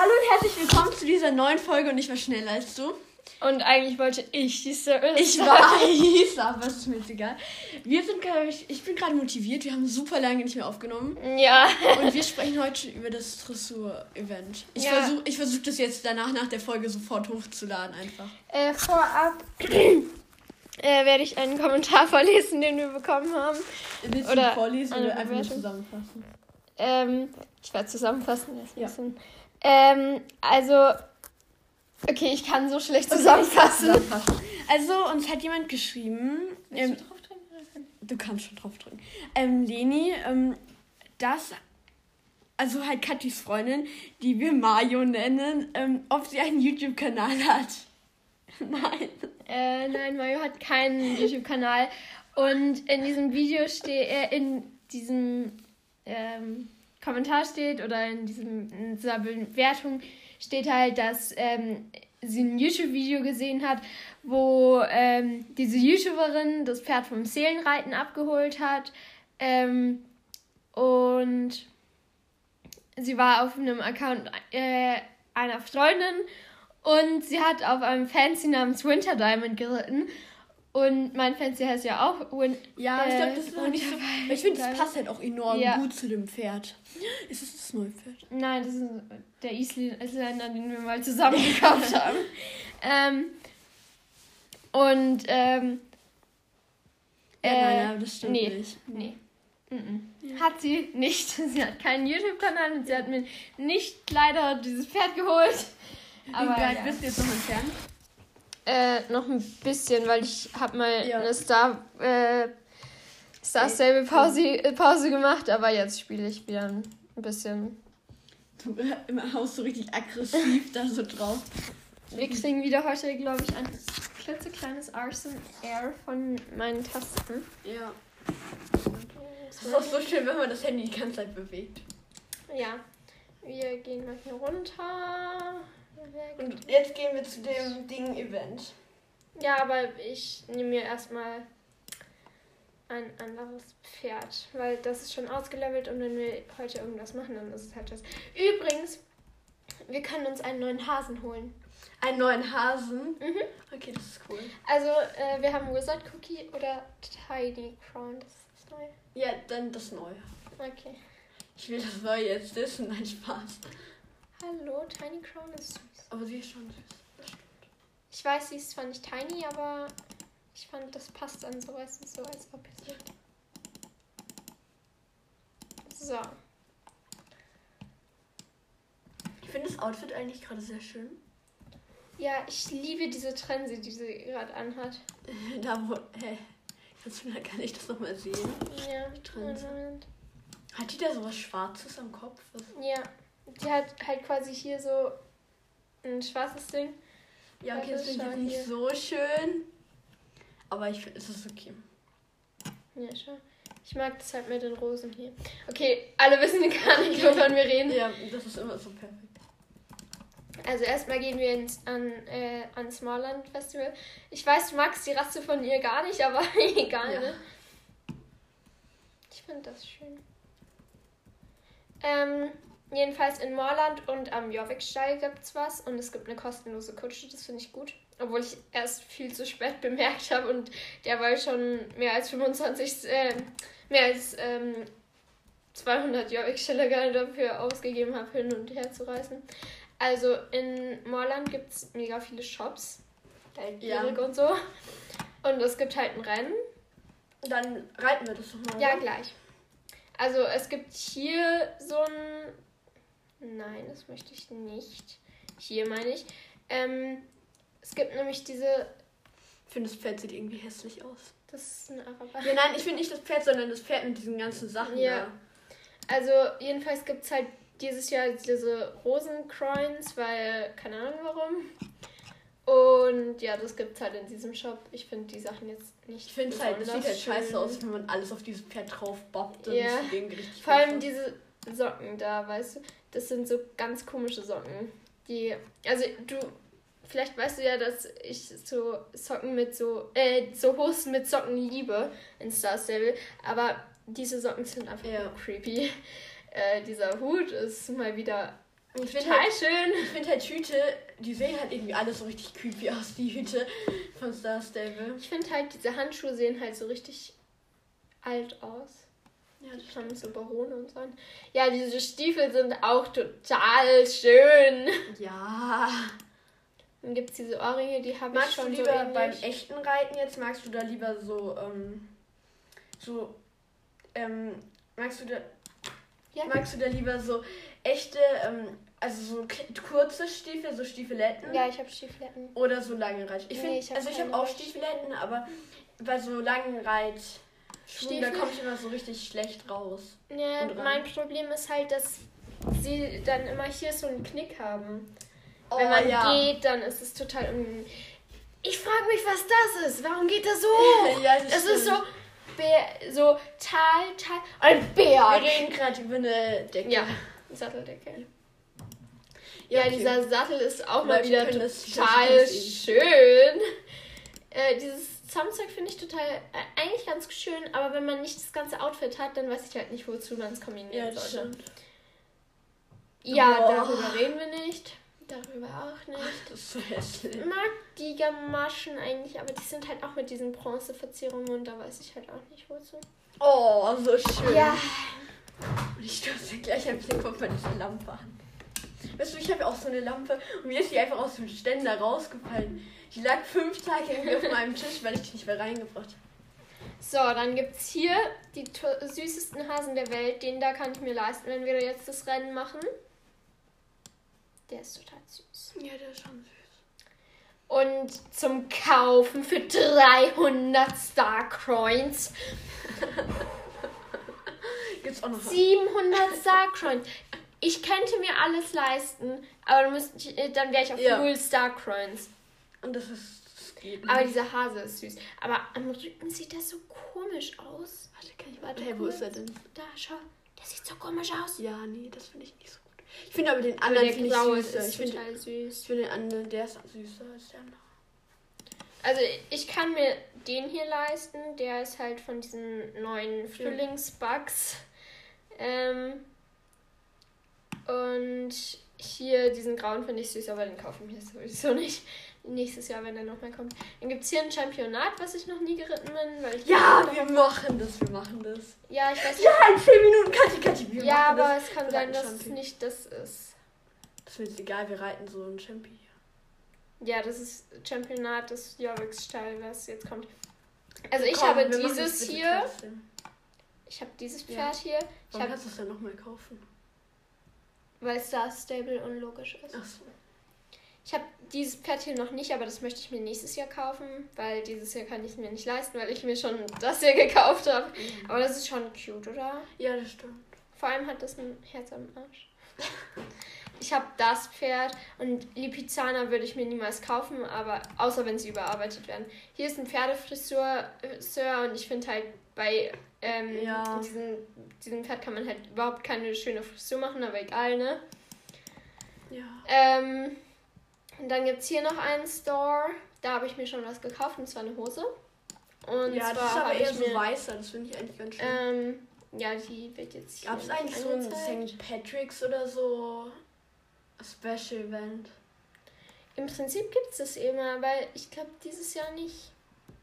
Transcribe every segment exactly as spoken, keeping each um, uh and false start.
Hallo und herzlich willkommen zu dieser neuen Folge und ich war schneller als du. Und eigentlich wollte ich die Story. Ich weiß, aber es ist mir jetzt egal. Wir sind, ich, ich bin gerade motiviert, wir haben super lange nicht mehr aufgenommen. Ja. Und wir sprechen heute über das Dressur-Event. Ich ja. versuche ich versuch das jetzt danach nach der Folge sofort hochzuladen einfach. Äh, vorab äh, werde ich einen Kommentar vorlesen, den wir bekommen haben. Willst du oder vorlesen oder einfach nur zusammenfassen? Ähm, ich werde zusammenfassen. Das ja. bisschen. Ähm, also... Okay, ich kann so schlecht zusammenfassen. Okay, zusammenfassen. Also, uns hat jemand geschrieben... Ähm, du drauf drücken? Du kannst schon drauf drücken. Ähm, Leni, ähm, dass... Also halt Katis Freundin, die wir Mayo nennen, ähm, ob sie einen YouTube-Kanal hat. Nein. Äh, nein, Mayo hat keinen YouTube-Kanal. Und in diesem Video steht... Äh, in diesem ähm, Kommentar steht oder in, diesem, in dieser Bewertung... steht halt, dass ähm, sie ein YouTube-Video gesehen hat, wo ähm, diese YouTuberin das Pferd vom Seelenreiten abgeholt hat. Ähm, und sie war auf einem Account äh, einer Freundin und sie hat auf einem Fancy namens Winter Diamond geritten. Und mein Fancy heißt ja auch Win- Ja, ich äh, glaube, das ist auch nicht so... Ich finde, das passt halt auch enorm ja. gut zu dem Pferd. Ist das das neue Pferd? Nein, das ist der Isländer, den wir mal zusammen gekauft haben. ähm, und, ähm... Ja, äh, nein, nein, das stimmt nee, nicht. Nee. Ja. Hat sie nicht. Sie hat keinen YouTube-Kanal und sie hat mir nicht leider dieses Pferd geholt. Aber Wie weit ja. bist du jetzt noch entfernt? Äh, noch ein bisschen, weil ich habe mal ja. eine Star, äh, Star Stable Pause, äh, Pause gemacht, aber jetzt spiele ich wieder ein bisschen. Du immer haust so richtig aggressiv da so drauf. Wir kriegen wieder heute, glaube ich, ein klitzekleines Arson Air von meinen Tasten. Ja. Das ist auch so schön, wenn man das Handy die ganze Zeit bewegt. Ja. Wir gehen mal hier runter. Und jetzt gehen wir zu dem Ding-Event. Ja, aber ich nehme mir erstmal ein anderes Pferd, weil das ist schon ausgelevelt und wenn wir heute irgendwas machen, dann ist es halt das. Übrigens, wir können uns einen neuen Hasen holen. Einen neuen Hasen? Mhm. Okay, das ist cool. Also, äh, wir haben Wizard Cookie oder Tiny Crown, das ist das Neue. Ja, dann das Neue. Okay. Ich will das Neue jetzt wissen, nein, Spaß. Hallo, Tiny Crown ist süß. Aber sie ist schon süß. Das stimmt. Ich weiß, sie ist zwar nicht tiny, aber ich fand, das passt an so, weißt du, so als ob sie. So. Ich finde das Outfit eigentlich gerade sehr schön. Ja, ich liebe diese Trense, die sie gerade anhat. Da wo. Hä? Kannst du, kann ich das nochmal sehen? Ja, die Trense. Moment. Hat die da sowas Schwarzes am Kopf? Was? Ja, die hat halt quasi hier so ein schwarzes Ding. Ja, okay, das finde ich jetzt nicht hier. so schön. Aber ich finde, es ist okay. Ja, schon. Ich mag das halt mit den Rosen hier. Okay, alle wissen gar nicht, wovon wir reden. Ja, das ist immer so perfekt. Also erstmal gehen wir ins, an, äh, ans Smallland Festival. Ich weiß, du magst die Rasse von ihr gar nicht, aber egal, ja. Ne? Ich finde das schön. Ähm, jedenfalls in Moorland und am Jorvikstall gibt's was und es gibt eine kostenlose Kutsche, das finde ich gut. Obwohl ich erst viel zu spät bemerkt habe und derweil schon mehr als fünfundzwanzig, äh, mehr als ähm, zweihundert Jorviksteller gerne dafür ausgegeben habe, hin und her zu reisen. Also in Moorland gibt es mega viele Shops, ja. und so. Und es gibt halt ein Rennen. Dann reiten wir das doch mal. Ja, oder? Gleich. Also es gibt hier so ein... Nein, das möchte ich nicht. Hier meine ich. Ähm, es gibt nämlich diese... Ich finde, das Pferd sieht irgendwie hässlich aus. Das ist ein Araber. Ja, nein, ich finde nicht das Pferd, sondern das Pferd mit diesen ganzen Sachen. Ja. Da. Also jedenfalls gibt es halt dieses Jahr diese Rosencroins, weil... Keine Ahnung warum. Und ja, das gibt's halt in diesem Shop. Ich finde die Sachen jetzt nicht. Ich finde halt, das sieht halt scheiße aus, wenn man alles auf dieses Pferd drauf bobbt. Und ja. richtig Vor allem diese Socken da, weißt du, das sind so ganz komische Socken. Die, also du, vielleicht weißt du ja, dass ich so Socken mit so, äh, so Hosen mit Socken liebe in Star Stable, aber diese Socken sind einfach ja. creepy. Äh, dieser Hut ist mal wieder Ich finde Total halt, schön. ich finde halt Hüte, die sehen halt irgendwie alle so richtig creepy aus, die Hüte von Star Stable. Ich finde halt, diese Handschuhe sehen halt so richtig alt aus. Ja, Die haben so Barone und so. Ja, diese Stiefel sind auch total schön. Ja. Dann gibt es diese Ohrringe, die habe ich Magst du schon so lieber ähnlich. beim echten Reiten jetzt, magst du da lieber so, ähm, so, ähm, magst du da, Ja. magst du da lieber so echte, ähm, also so k- kurze Stiefel, so Stiefeletten? Ja, ich habe Stiefeletten. Oder so lange Reit? Ich Nee, finde, ich hab also ich keine habe auch Reitstiefel. Stiefeletten, aber bei so langen Reit Stiefel? da komme ich immer so richtig schlecht raus. Ja, Und ran. mein Problem ist halt, dass sie dann immer hier so einen Knick haben. Oh, Wenn man ja. geht, dann ist es total un... Ich frage mich, was das ist. Warum geht das so hoch? Ja, das das ist so, stimmt. Bär, so Tal, Tal, ein Wir Berg. reden gerade über eine Decke. Ja, Satteldecke. Ja, Ja, okay. dieser Sattel ist auch mal Leute wieder können das- total das sehen. schön. Äh, dieses Zaumzeug finde ich total, äh, eigentlich ganz schön, aber wenn man nicht das ganze Outfit hat, dann weiß ich halt nicht, wozu man es kombinieren Ja, das sollte. stimmt. Ja, Boah. darüber reden wir nicht. Darüber auch nicht. Das ist so hässlich. Ich mag die Gamaschen eigentlich, aber die sind halt auch mit diesen Bronzeverzierungen und da weiß ich halt auch nicht, wozu. Oh, so schön. Ja. Und ich stoße gleich ein bisschen Kopf bei dieser Lampe an. Weißt du, ich habe ja auch so eine Lampe und mir ist die einfach aus dem Ständer rausgefallen. Die lag fünf Tage irgendwie auf meinem Tisch, weil ich die nicht mehr reingebracht habe. So, dann gibt's hier die to- süßesten Hasen der Welt. Den da kann ich mir leisten, wenn wir jetzt das Rennen machen. Der ist total süß. Ja, der ist schon süß. Und zum Kaufen für dreihundert Star Coins. Gibt's auch noch was? siebenhundert Star Coins. Ich könnte mir alles leisten, aber dann, müsste ich, dann wäre ich auf Ja. null Star Coins. Und das ist. Das geht Aber nicht. dieser Hase ist süß. Aber am Rücken sieht das so komisch aus. Warte, kann ich Warte, Hey, wo kurz. ist er denn? Da, schau. Der sieht so komisch aus. Ja, nee, das finde ich nicht so gut. Ich finde aber den Aber anderen der finde ich blaue süßer. ist Ich finde total süß. ich finde den anderen, der ist süßer als der andere. Also ich kann mir den hier leisten. Der ist halt von diesen neuen Frühlingsbugs. Ähm, und hier diesen grauen finde ich süß, aber den kaufen wir sowieso nicht. Nächstes Jahr, wenn der nochmal kommt. Dann gibt es hier ein Championat, was ich noch nie geritten bin. Weil ich Ja, wir machen das, wir machen das. ja, ich weiß nicht. Ja, in zehn Minuten, Kathi, Kathi, wir Ja, machen aber das. es kann Wir sein, reiten dass es Champi. nicht das ist. Das ist mir jetzt egal, wir reiten so ein Champi. Ja, das ist Championat des Jorvik-Style, was jetzt kommt. Also ich Komm, habe wir machen dieses das bitte hier. trotzdem. Ich habe dieses Ja. Pferd hier. Ich Warum habe, kannst du es dann nochmal kaufen? weil Star Stable unlogisch ist. Ach so. Ich habe dieses Pferd hier noch nicht, aber das möchte ich mir nächstes Jahr kaufen, weil dieses Jahr kann ich es mir nicht leisten, weil ich mir schon das hier gekauft habe. Mhm. Aber das ist schon cute, oder? Ja, das stimmt. Vor allem hat das ein Herz am Arsch. Ich habe das Pferd und Lipizzaner würde ich mir niemals kaufen, aber außer wenn sie überarbeitet werden. Hier ist ein Pferdefriseur äh, Sir, und ich finde halt bei ähm, Ja. diesem, diesem Pferd kann man halt überhaupt keine schöne Frisur machen, aber egal, ne? Ja. Ähm, und dann gibt es hier noch einen Store, da habe ich mir schon was gekauft, und zwar eine Hose. Und Ja, das zwar ist aber habe eher ich so mir, weißer, das finde ich eigentlich ganz schön. ähm, ja, die wird jetzt hier Gab es nicht eigentlich so ein angezeigt. Sankt Patrick's oder so Special Event? Im Prinzip gibt es das immer, aber ich glaube dieses Jahr nicht.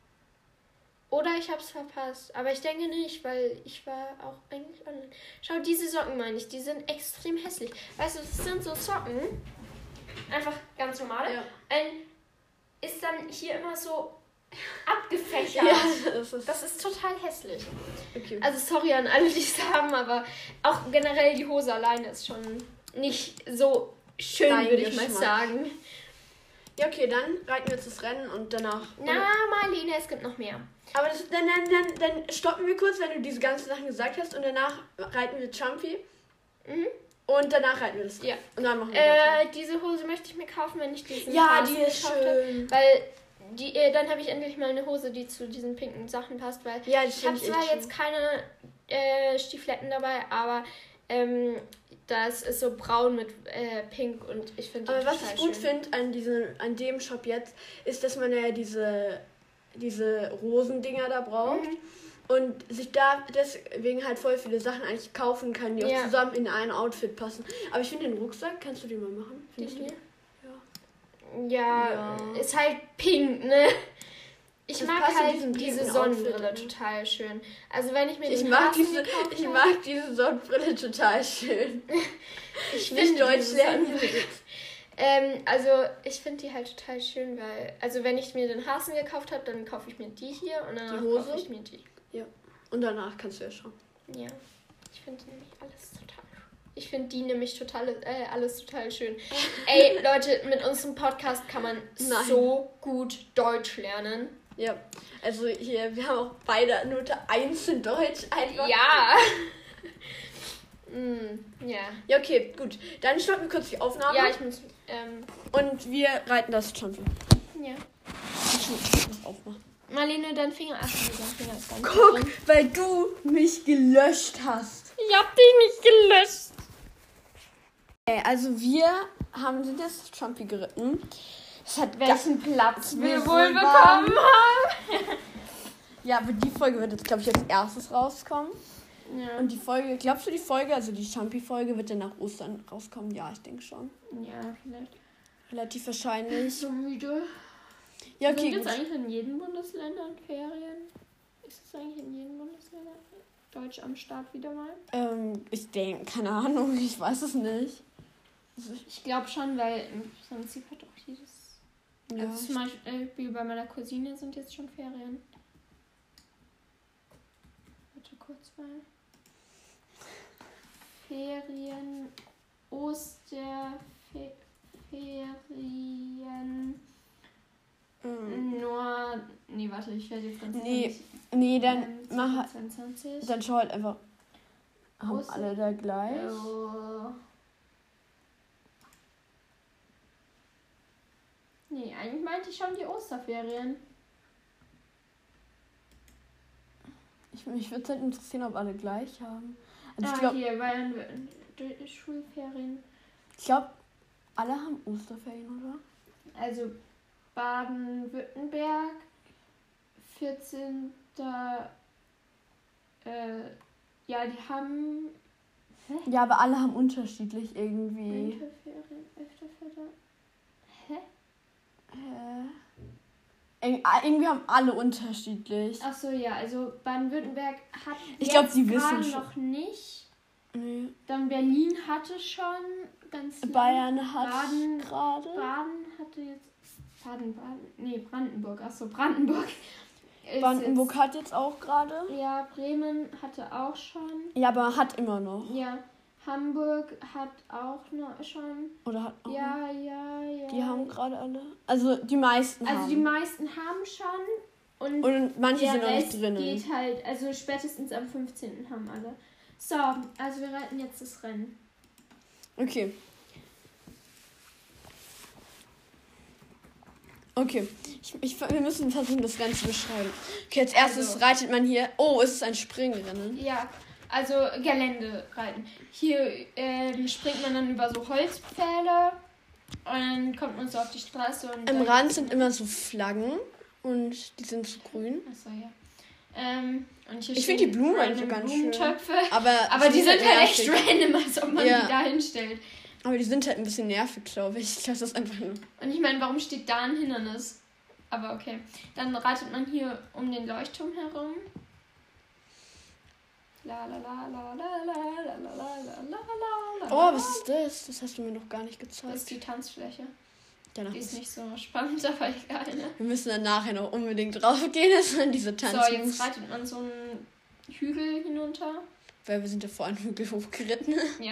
Oder ich habe es verpasst. Aber ich denke nicht, weil ich war auch eigentlich online. Schau, diese Socken meine ich, die sind extrem hässlich. Weißt du, das sind so Socken. Einfach ganz normale. Ja. Ein ist dann hier immer so abgefächert. Ja, das ist. Das ist total hässlich. Okay. Also sorry an alle, die es haben, aber auch generell die Hose alleine ist schon nicht so schön, Dein würde ich mal Geschmack. sagen. Ja, okay, dann reiten wir jetzt das Rennen und danach. Na, Marlene, es gibt noch mehr. Aber das, dann, dann, dann, dann stoppen wir kurz, wenn du diese ganzen Sachen gesagt hast, und danach reiten wir Champy. Mhm. Und danach reiten wir das. Ja. Und dann machen wir weiter. Äh, diese Hose möchte ich mir kaufen, wenn ich diesen Ja, Hasen die ist gekauft hab. schön. Weil die, äh, dann habe ich endlich mal eine Hose, die zu diesen pinken Sachen passt. Weil Ja, das ich habe finde ich zwar echt jetzt keine äh, Stiefeletten dabei, aber ähm, das ist so braun mit äh, pink, und ich finde Aber die was total ich gut schön. finde an, diesem- an dem Shop jetzt, ist, dass man ja diese, diese Rosendinger da braucht. Mhm. Und sich da deswegen halt voll viele Sachen eigentlich kaufen kann, die Ja. auch zusammen in ein Outfit passen. Aber ich finde den Rucksack, kannst du den mal machen? Den Findest du? hier? Ja, Ja. ist halt pink, ne? Ich Das mag passt in halt diesem diese pinken Sonnenbrille Outfit, ne? total schön. Also wenn ich mir Ich den mag, Hasen diese, gekauft ich habe- mag diese Sonnenbrille total schön. ich Nicht finde Deutsch diese lernen. Sonnenbrille- Ähm, also ich finde die halt total schön, weil, also wenn ich mir den Hasen gekauft habe, dann kaufe ich mir die hier und dann Die Hose? kaufe ich mir die. Und danach kannst du ja schauen. Ja, ich finde nämlich alles total Ich finde die nämlich total, äh, alles total schön. Ey, Leute, mit unserem Podcast kann man Nein. so gut Deutsch lernen. Ja, also hier, wir haben auch beide Note eins in Deutsch einfach. Ja. mm, ja. Ja, okay, gut. Dann stoppen wir kurz die Aufnahme. Ja, ich muss, ähm, Und wir reiten das Champion. ja. Ich muss das aufmachen. Marlene, dein Finger, ach, dein Finger ist ganz Guck, drin. weil du mich gelöscht hast. Ich hab dich nicht gelöscht. Okay, also wir haben sind jetzt Trumpy geritten. Es hat Welchen Platz wir wir wohl wohl bekommen haben. Ja, aber die Folge wird jetzt, glaube ich, als erstes rauskommen. Ja. Und die Folge, glaubst du, die Folge, also die Champi-Folge, wird dann nach Ostern rauskommen? Ja, ich denke schon. ja, vielleicht. Relativ wahrscheinlich. So müde. Ja, Sind okay, jetzt gut. eigentlich in jedem Bundesländern Ferien? Ist es eigentlich in jedem Bundesländer Deutsch am Start wieder mal? Ähm, ich denke, keine Ahnung, ich weiß es nicht. Also ich, Ich glaube schon, weil im Prinzip hat auch jedes... ja, Also zum Beispiel bei meiner Cousine sind jetzt schon Ferien. Warte kurz mal. Ferien, Osterferien, ähm, nur... Nee, warte, ich werde jetzt ganz Nee, ehrlich. nee, dann Ähm, mach, zweiundzwanzig. dann schau halt einfach. Haben Oster- alle da gleich? Oh. Nee, eigentlich meinte ich schon die Osterferien. Ich, mich würde halt interessieren, ob alle gleich haben. Also ah, ich glaube, hier, Bayern, äh, Schulferien. ich glaub, alle haben Osterferien, oder? Also Baden-Württemberg, vierzehnter Äh, ja, die haben Ja, aber alle haben unterschiedlich irgendwie. Winterferien, elfter Vierter Hä? Äh, ir- ah, irgendwie haben alle unterschiedlich. Ach so, ja, also Baden-Württemberg hat Ich glaub, jetzt die wissen gerade schon. noch nicht. Nee. Dann Berlin hatte schon ganz lang. Bayern hat Baden- gerade. Baden hatte jetzt Baden, Baden, nee, Brandenburg, achso, Brandenburg. ist Brandenburg hat jetzt auch gerade. Jetzt, ja, Bremen hatte auch schon. Ja, aber hat immer noch. Ja, Hamburg hat auch noch schon. Oder hat auch noch. Ja, ja, ja. Die haben gerade alle. Also die meisten Also haben. die meisten haben schon. Und, Und manche der sind noch nicht Rest drinnen. geht halt, also spätestens am fünfzehnten haben alle. So, also wir reiten jetzt das Rennen. Okay. Okay. Ich, ich, wir müssen versuchen, das Rennen zu beschreiben. Okay, als erstes Also. reitet man hier. Oh, es ist ein Springrennen. Ja, also Gelände reiten. Hier ähm, springt man dann über so Holzpfähle und dann kommt man so auf die Straße und Am dann- Rand sind immer so Flaggen und die sind so grün. Achso, ja. Ähm, und hier Ich finde die stehen Blumen random eigentlich ganz schön. Blumentöpfe. Aber, Aber die sind halt echt nervig. random, als ob man Ja. die da hinstellt. Aber die sind halt ein bisschen nervig, glaube ich. Ich glaube, das ist einfach nur. Und ich meine, warum steht da ein Hindernis? Aber okay. Dann reitet man hier um den Leuchtturm herum. La la la la la la la la la la la la. Oh, was ist das? Das hast du mir noch gar nicht Das ist gezeigt. die Tanzfläche. Danach Die ist muss- nicht so spannend, aber egal, ne? Wir müssen dann nachher noch unbedingt drauf gehen, dass man diese So, Tanzen jetzt reitet man so einen Hügel hinunter. Weil wir sind ja vor einem Hügel hochgeritten. Ja.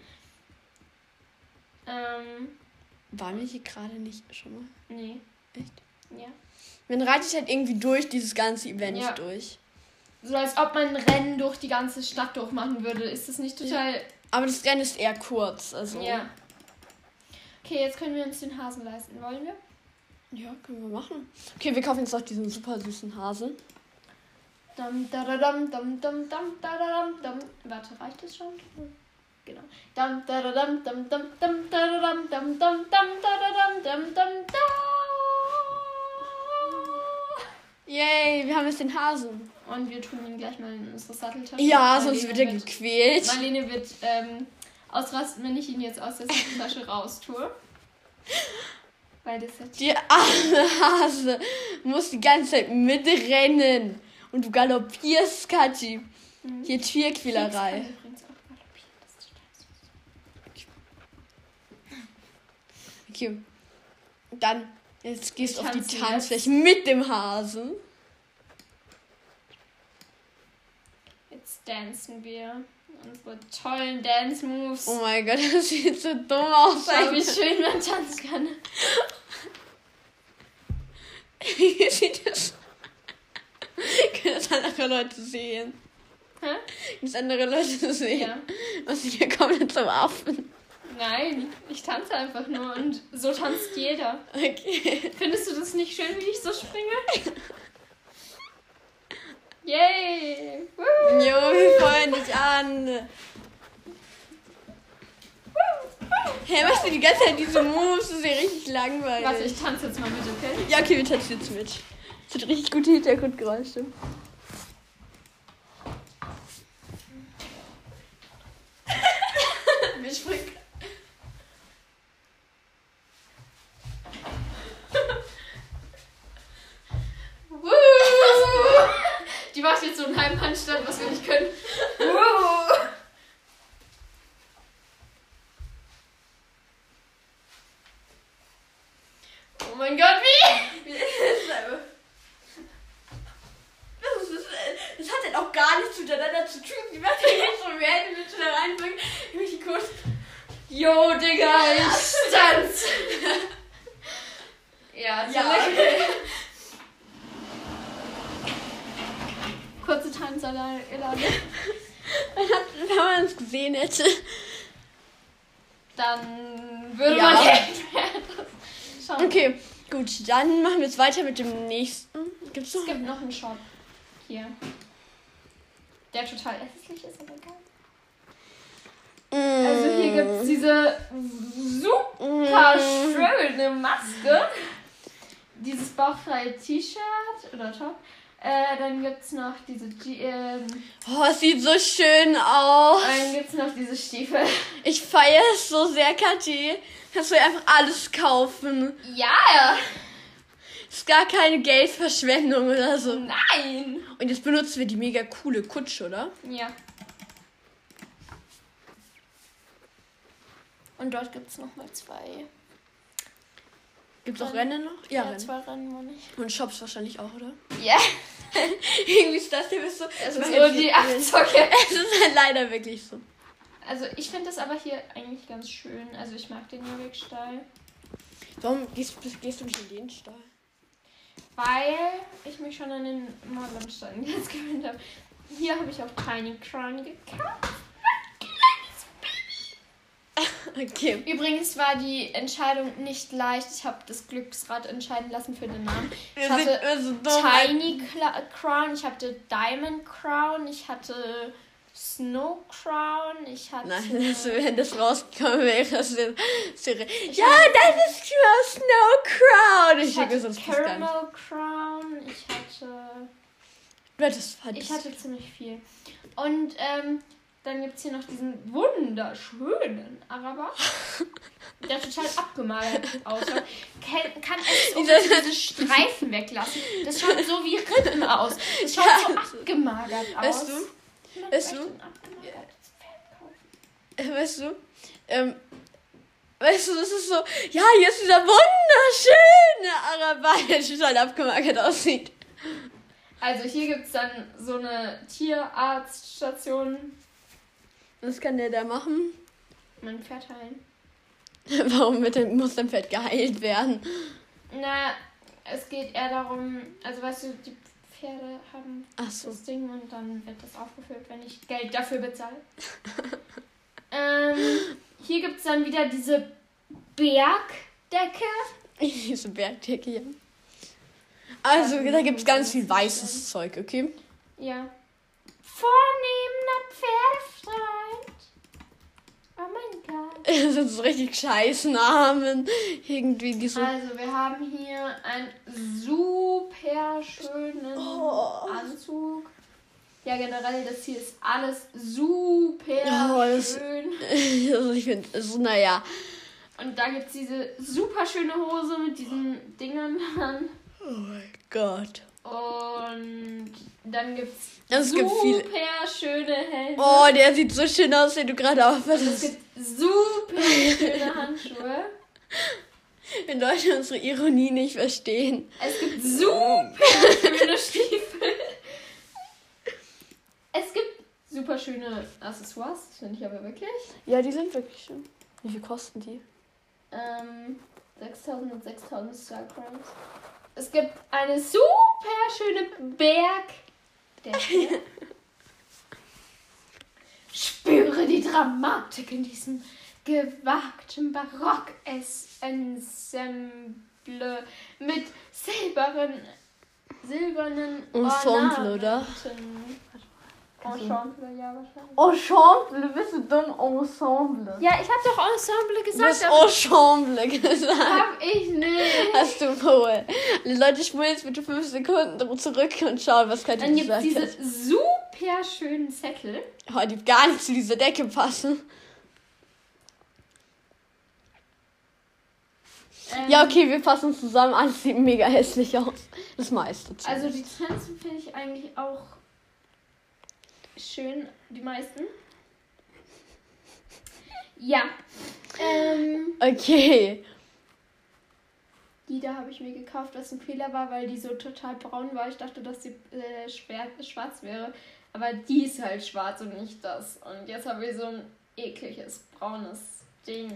Ähm, Waren wir hier gerade nicht schon mal? nee. Echt? Ja. Man reitet halt irgendwie durch dieses ganze Event Ja. durch. So als ob man ein Rennen durch die ganze Stadt durchmachen würde. Ist das nicht total... Aber das Rennen ist eher kurz, also. Ja. Okay, jetzt können wir uns den Hasen leisten. Wollen wir? Ja, können wir machen. Okay, wir kaufen jetzt noch diesen super süßen Hase. Dum, da, da, dum, dum, dum, dum, da, da, dum, dum. Warte, reicht das schon? Genau. Dum, da, da, dum, dum, dum, dum, da, da, dum, dum, dum, dum, da, da, dum, dum, dum, da. Yay, wir haben jetzt den Hasen. Und wir tun ihn gleich mal in unsere Satteltasche. Ja, sonst wird er gequält. Marlene wird ähm, ausrasten, wenn ich ihn jetzt aus der Satteltasche raustue. Weil das jetzt... Die arme Hase muss die ganze Zeit mitrennen. Und du galoppierst, Kathi. Mhm. Hier Tierquälerei. Okay. Dann, jetzt gehst du auf die Tanzfläche mit dem Hasen. Jetzt dancen wir. Unsere tollen Dance-Moves. Oh mein Gott, das sieht so dumm aus. Schau, wie schön man tanzen kann. Wie sieht das? Können das andere Leute sehen? Hä? Können das andere Leute sehen? Ja. Was ich hier komme zum Affen. Nein, ich tanze einfach nur und so tanzt jeder. Okay. Findest du das nicht schön, wie ich so springe? Yay! Woo. Jo, wir freuen dich an. Hä, hey, machst du die ganze Zeit diese Moves? Das ist ja richtig langweilig. Warte, ich tanze jetzt mal mit, okay? Ja, okay, wir tanzen jetzt mit. Das sind richtig gute Hintergrundgeräusche. Wir springen. Die macht jetzt so einen halben Handstand, was wir nicht können. Oh mein Gott, wie? Wie ist das? Das, ist, das hat halt auch gar nichts miteinander zu tun. Die macht ja nicht so random mit da reinbringen. Ich möchte kurz. Yo, Digga, ich tanz. Ja, ja, okay. Kurze Tanzanlage. Wenn man es gesehen hätte, dann würde ja. man schauen. Okay, gut, dann machen wir jetzt weiter mit dem nächsten. Gibt's noch? Es gibt noch einen Shop hier, der total hässlich ist, aber geil. Mm. Also hier gibt es diese super mm. schöne Maske, dieses bauchfreie T-Shirt oder Top. Äh, dann gibt es noch diese... Ähm, oh, es sieht so schön aus. Dann gibt es noch diese Stiefel. Ich feiere es so sehr, Kathi. Kannst du einfach alles kaufen. Ja. Ist gar keine Geldverschwendung oder so. Nein. Und jetzt benutzen wir die mega coole Kutsche, oder? Ja. Und dort gibt es nochmal zwei. Gibt es auch Rennen noch? Ja, ja Rennen. zwei Rennen, meine ich. Und Shops wahrscheinlich auch, oder? Ja. Irgendwie ist das hier bist so... Es ist so die Abzocke. Es ist halt leider wirklich so. Also ich finde das aber hier eigentlich ganz schön. Also ich mag den Jurek-Stall. Warum gehst, gehst du nicht in den Stall? Weil ich mich schon an den Marlon-Stall jetzt gewöhnt habe. Hier habe ich auch Tiny Crown gekauft. Okay. Übrigens war die Entscheidung nicht leicht. Ich habe das Glücksrad entscheiden lassen für den Namen. Ich Wir hatte so Tiny Cla- Crown, ich hatte Diamond Crown, ich hatte Snow Crown, ich hatte... Nein, das, wenn das rausgekommen wäre, das wäre... Ja, das ist Snow Crown! Ich, ich hatte sonst Caramel Crown, ich hatte... Du hattest, hattest ich hatte ziemlich viel. Und ähm, dann gibt es hier noch diesen wunderschönen Araber, der total abgemagert ausschaut. Kann, kann es um diese Streifen weglassen. Das schaut so wie Rippen aus. Das schaut so abgemagert aus. Weißt du? Weißt du? Weißt du? Ähm, weißt du, das ist so... Ja, hier ist dieser wunderschöne Araber, der total abgemagert aussieht. Also hier gibt es dann so eine Tierarztstation. Was kann der da machen? Mein Pferd heilen. Warum wird denn, muss dein Pferd geheilt werden? Na, es geht eher darum, also weißt du, die Pferde haben Ach so. das Ding und dann wird das aufgefüllt, wenn ich Geld dafür bezahle. ähm, hier gibt es dann wieder diese Bergdecke. Diese Bergdecke, ja. Also, da gibt es ganz viel weißes Zeug, okay? Ja. Vornehmer Pferdefreund. Oh mein Gott. Das sind so richtig scheiß Namen. Irgendwie die so... Also, wir haben hier einen super schönen Oh. Anzug. Ja, generell, das hier ist alles super Oh, das- schön. Also ich finde, also, naja. Und da gibt es diese super schöne Hose mit diesen Dingern dran. Oh mein Gott. Und dann gibt Es es gibt super viele- schöne Helme. Oh, der sieht so schön aus, den du gerade Und es aufhörst. gibt super schöne Handschuhe. Wenn Leute unsere Ironie nicht verstehen. Es gibt super schöne Stiefel. Es gibt super schöne Accessoires, das finde ich aber wirklich. Ja, die sind wirklich schön. Wie viel kosten die? Ähm, sechstausend und sechstausend Starcrowns. Es gibt eine super schöne Bergdecke. Spüre die Dramatik in diesem gewagten Barock-Ensemble mit silbernen, silbernen Ensemble, oder? Ornamenten. Ensemble, ja, wahrscheinlich. Ensemble, bist du dumm? Ensemble. Ja, ich habe doch Ensemble Du gesagt. hast aber Ensemble gesagt. hab ich nicht. Hast du wohl. Die Leute spulen jetzt bitte fünf Sekunden zurück und schauen, was Katja Dann gibt es gesagt diese hat. super schönen Zettel. Oh, die gar nicht zu dieser Decke passen. Ähm, Ja, okay, wir passen uns zusammen an. Sieht mega hässlich aus. Das meiste. Also die Tänze finde ich eigentlich auch schön, die meisten. Ja. Ähm, Okay. die da habe ich mir gekauft, was ein Fehler war, weil die so total braun war. Ich dachte, dass sie äh, schwer, schwarz wäre. Aber die ist halt schwarz und nicht das. Und jetzt habe ich so ein ekliges braunes Ding.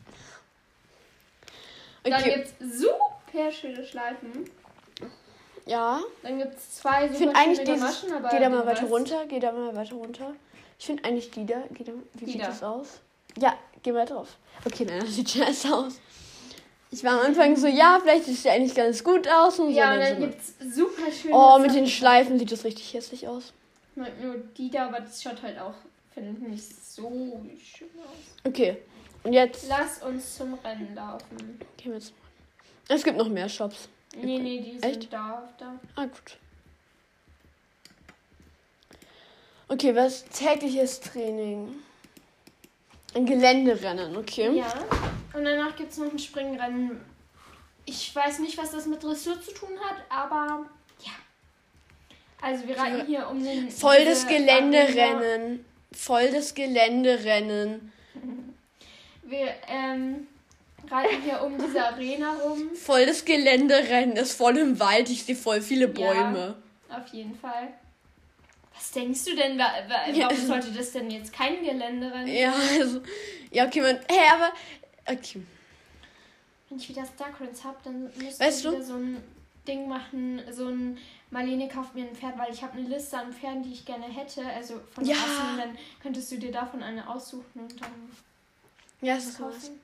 Dann Okay. gibt es super schöne Schleifen. Ja. Dann gibt es zwei Ich super finde eigentlich schöne dieses. Gamaschen, aber Geh da mal den weiter Rest- runter. Geh da mal weiter runter. Ich finde eigentlich die da. Geh da, wie Die sieht da. das aus? Ja, geh mal drauf. Okay, nein, das sieht scheiße aus. Ich war am Anfang so, ja, vielleicht sieht es ja eigentlich ganz gut aus. Und Ja, so, und dann so. gibt es super schöne Oh, mit Sachen. den Schleifen sieht das richtig hässlich aus. Nur die da, aber das schaut halt auch, finde ich, nicht so schön aus. Okay. Und jetzt. Lass uns zum Rennen laufen. Gehen wir jetzt mal. Es gibt noch mehr Shops. Nee, nee, die sind Echt? da, da. Ah, gut. Okay, was tägliches Training? Ein Geländerennen, okay. Ja. Und danach gibt es noch ein Springrennen. Ich weiß nicht, was das mit Dressur zu tun hat, aber ja. Also wir reiten hier um den... Voll das diese Geländerennen. Voll das Geländerennen. Arena. Wir ähm, reiten hier um diese Arena rum. Voll das Geländerennen. Ist voll im Wald. Ich sehe voll viele Bäume. Ja, auf jeden Fall. Was denkst du denn, wa wa Ja. warum sollte das denn jetzt kein Geländerennen? Ja, also. Ja, okay, man. Hä, aber. Okay. Wenn ich wieder Starcrowns habe, dann müsste Weißt ich du? wieder so ein Ding machen, so ein Marlene kauft mir ein Pferd, weil ich habe eine Liste an Pferden, die ich gerne hätte, also von Ja. Rassen, und dann könntest du dir davon eine aussuchen und dann Ja, das ist was. kaufen.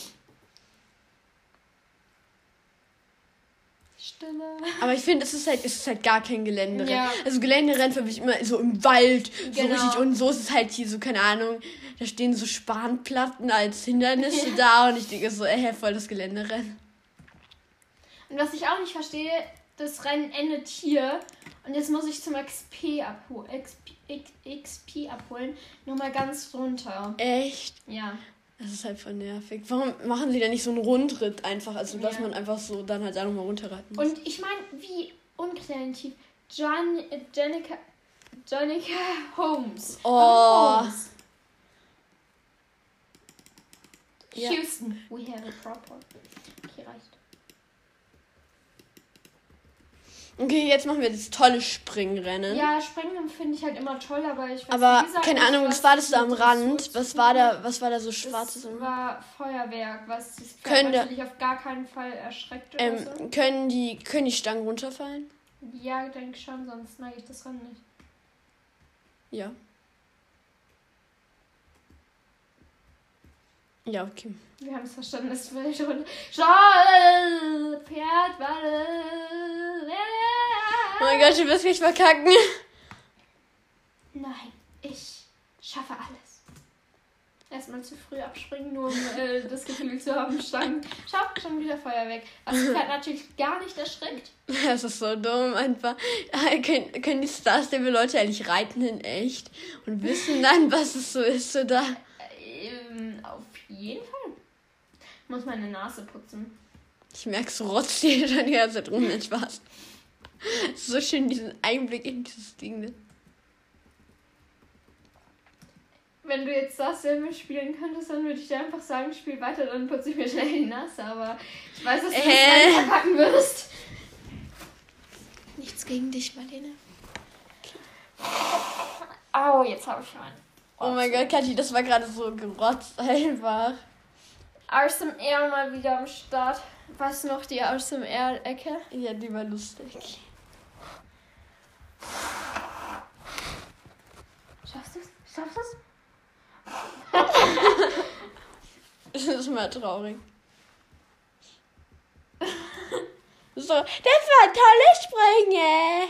Stille. Aber ich finde, es ist halt, es ist halt gar kein Geländerennen. Ja. Also Geländerennen für mich immer so im Wald, so Genau. richtig. Und so ist es halt hier so, keine Ahnung, da stehen so Spanplatten als Hindernisse da und ich denke so, ey, voll das Geländerennen. Und was ich auch nicht verstehe, das Rennen endet hier und jetzt muss ich zum X P, abhol X P, X P abholen, nochmal ganz runter. Echt? Ja. Das ist halt voll nervig. Warum machen sie denn nicht so einen Rundritt einfach? Also, dass Ja. man einfach so dann halt da nochmal runterreiten muss. Und ich meine, wie unkreativ. John, äh, Janica, Janica Holmes. Oh. Holmes. Ja. Houston, we have a proper. Okay, reicht. Okay, jetzt machen wir das tolle Springrennen. Ja, Springen finde ich halt immer toll, aber ich weiß Aber wie gesagt keine nicht, Ahnung, was war das da am mit Rand? Dressur Was zu war tun hat. da, was war da so schwarzes? Das war Feuerwerk, was das Pferd Können da- natürlich auf gar keinen Fall erschreckt oder Ähm, so. können die, können die Stangen runterfallen? Ja, denke schon, sonst mag ich das Rennen nicht. Ja. Ja, okay. Wir haben es verstanden, das will ich runter. Schall, Pferd, Walle. Oh mein Gott, du wirst mich verkacken. Nein, ich schaffe alles. Erstmal zu früh abspringen, nur um äh, das Gefühl zu haben, Stangen. Schau, schon wieder Feuerwerk. Was mich halt natürlich gar nicht erschreckt. Das ist so dumm, einfach. Können, können die Star Stable-Leute eigentlich reiten in echt? Und wissen dann, was es so ist, oder? Ähm, auf jeden Fall. Ich muss meine Nase putzen. Ich merke, so rotzt hier schon die ganze Zeit rum, nicht Spaß. So schön, diesen Einblick in dieses Ding. Ne? Wenn du jetzt das selber spielen könntest, dann würde ich dir einfach sagen, spiel weiter, dann putze ich mir schnell die Nase. Aber ich weiß, dass du Äh. das nicht verpacken würdest. Nichts gegen dich, Marlene. Au, jetzt habe ich einen. Oh mein Gott, Kathi, das war gerade so gerotzt einfach. R S M R mal wieder am Start. Was noch, die R S M R-Ecke? Ja, die war lustig. Schaffst du es? Schaffst du es? Das ist mal traurig. So, das war ein tolles Springen.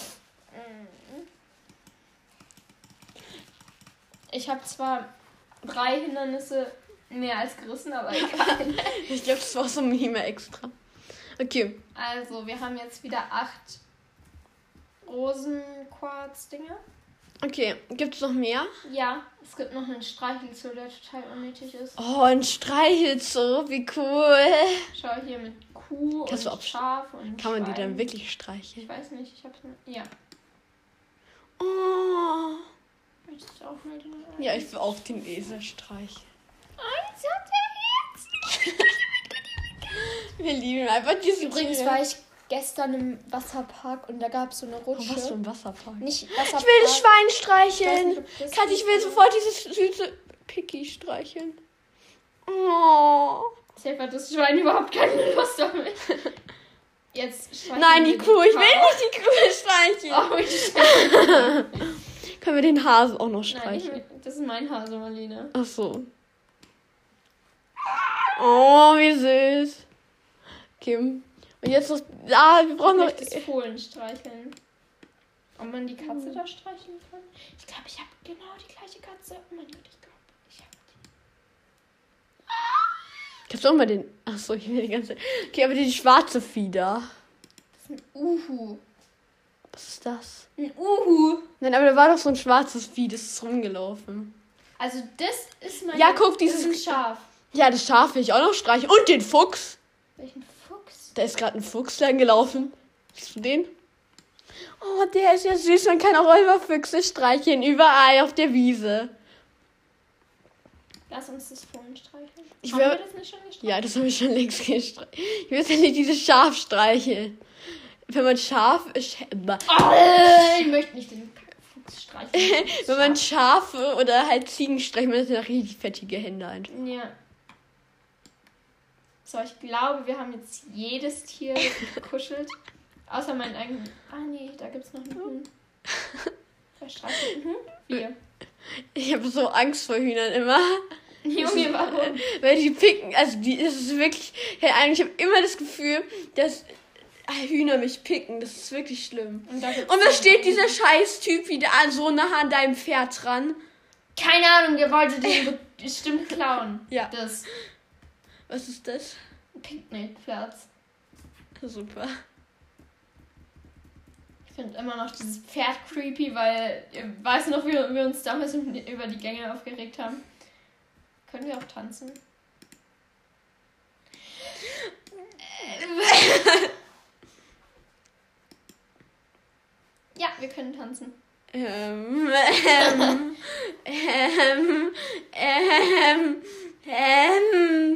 Ich habe zwar drei Hindernisse mehr als gerissen, aber egal. Ich glaube, das war so ein Meme extra. Okay. Also, wir haben jetzt wieder acht Rosenquarz-Dinger. Okay, gibt es noch mehr? Ja, es gibt noch einen Streichelzoo, der total unnötig ist. Oh, ein Streichelzoo, wie cool. Schau hier mit Kuh Kannst und du auch- Schaf und Kann man die Schwein. dann wirklich streicheln? Ich weiß nicht, ich hab's nur... Ja. Oh. Möchtest du auch mal den... Ja, ich will auch den Esel streicheln. Eins hat er jetzt! Wir lieben einfach diese Übrigens Tiere. war ich gestern im Wasserpark und da gab es so eine Oh, Rutsche. was für ein Wasserpark. Nicht Wasserpark. Ich will das Schwein Ich weiß streicheln. nicht, ob das Kathi, ich will ist. sofort dieses süße Picky streicheln. Oh. Safe hat das Schwein überhaupt keine Lust auf mich. Jetzt streicheln Nein, die wir Kuh. Ich will Kuh. nicht die Kuh streicheln. Oh, ich Können wir den Hasen auch noch Nein, ich, streicheln? das ist mein Hase, Marlene. Ach so. Oh, wie süß. Okay. Und jetzt noch... Ah, wir brauchen Ich noch... möchte das Fohlen streicheln. Ob man die Katze da streicheln kann? Ich glaube, ich habe genau die gleiche Katze. Oh mein Gott, ich glaube, ich habe die. Kannst du auch mal den... Ach so, ich will die ganze... Okay, aber die schwarze Fieder. Das ist ein Uhu. Was ist das? Ein Uhu. Nein, aber da war doch so ein schwarzes Vieh, das ist rumgelaufen. Also das ist mein... Ja, guck, Das dieses... ist ein Schaf. Ja, das Schaf will ich auch noch streichen. Und den Fuchs. Welchen Fuchs? Da ist gerade ein Fuchs lang gelaufen. Siehst du den? Oh, der ist ja süß. Man kann auch Räuberfüchse streicheln. Überall auf der Wiese. Lass uns das Fohlen streicheln. Ich Haben will- wir das nicht schon gestreichelt? Ja, das habe ich schon längst gestreichelt. Ich will ja nicht dieses Schaf streicheln. Wenn man Schaf... Sch- Oh, ich möchte nicht den Fuchs streicheln. Wenn man Schafe oder halt Ziegen streichelt, man hat ja richtig fettige Hände einfach. Ja. So, ich glaube, wir haben jetzt jedes Tier gekuschelt. Außer meinen eigenen. Ah, nee, da gibt's noch einen Huhn. Wer streichelt einen Huhn? Wir. Ich habe so Angst vor Hühnern immer. Junge, warum? Weil die picken, also die, das ist wirklich, hey, eigentlich, ich habe immer das Gefühl, dass Hühner mich picken. Das ist wirklich schlimm. Und da, gibt's Und da noch- steht dieser scheiß Typ wieder so nah an deinem Pferd dran. Keine Ahnung, der wollte den bestimmt klauen. Ja. Das Was ist das? Picknickplatz. Super. Ich finde immer noch dieses Pferd creepy, weil, ihr weiß noch, wie wir uns damals über die Gänge aufgeregt haben. Können wir auch tanzen? Ja, wir können tanzen. Ähm, ähm, ähm, ähm, ähm.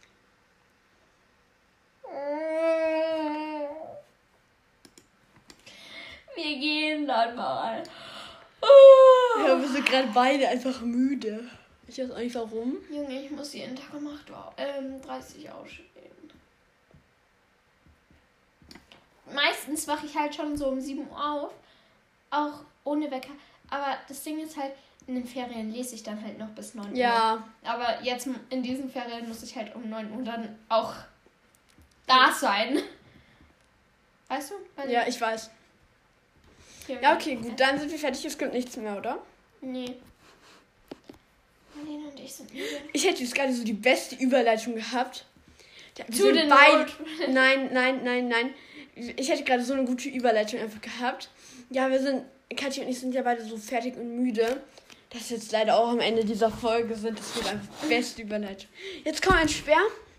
Wir gehen dann mal. Ja, wir sind gerade beide einfach müde. Ich weiß auch nicht warum. Junge, ich muss jeden Tag um acht Uhr, ähm, dreißig aufstehen. Meistens wache ich halt schon so um sieben Uhr auf. Auch ohne Wecker. Aber das Ding ist halt, in den Ferien lese ich dann halt noch bis neun Uhr. Ja. Aber jetzt in diesen Ferien muss ich halt um neun Uhr dann auch da sein. Weißt du? Weil Ja, ich weiß. Ferien- Ja, okay, gut, dann sind wir fertig. Es gibt nichts mehr, oder? Nee. Marlene und ich sind müde. Ich hätte jetzt gerade so die beste Überleitung gehabt. Wir Zu sind den beide- Not- Nein, nein, nein, nein. Ich hätte gerade so eine gute Überleitung einfach gehabt. Ja, wir sind, Katja und ich sind ja beide so fertig und müde, dass wir jetzt leider auch am Ende dieser Folge sind. Das wird einfach die beste Überleitung. Jetzt kommt ein Speer.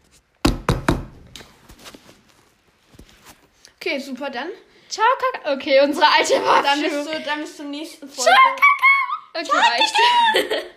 Okay, super, dann. Ciao, Kaka. Okay, unsere alte Dann bis, Verabschiedung. zu, dann bis zum nächsten Folge. Ciao, Kaka. Okay, reicht.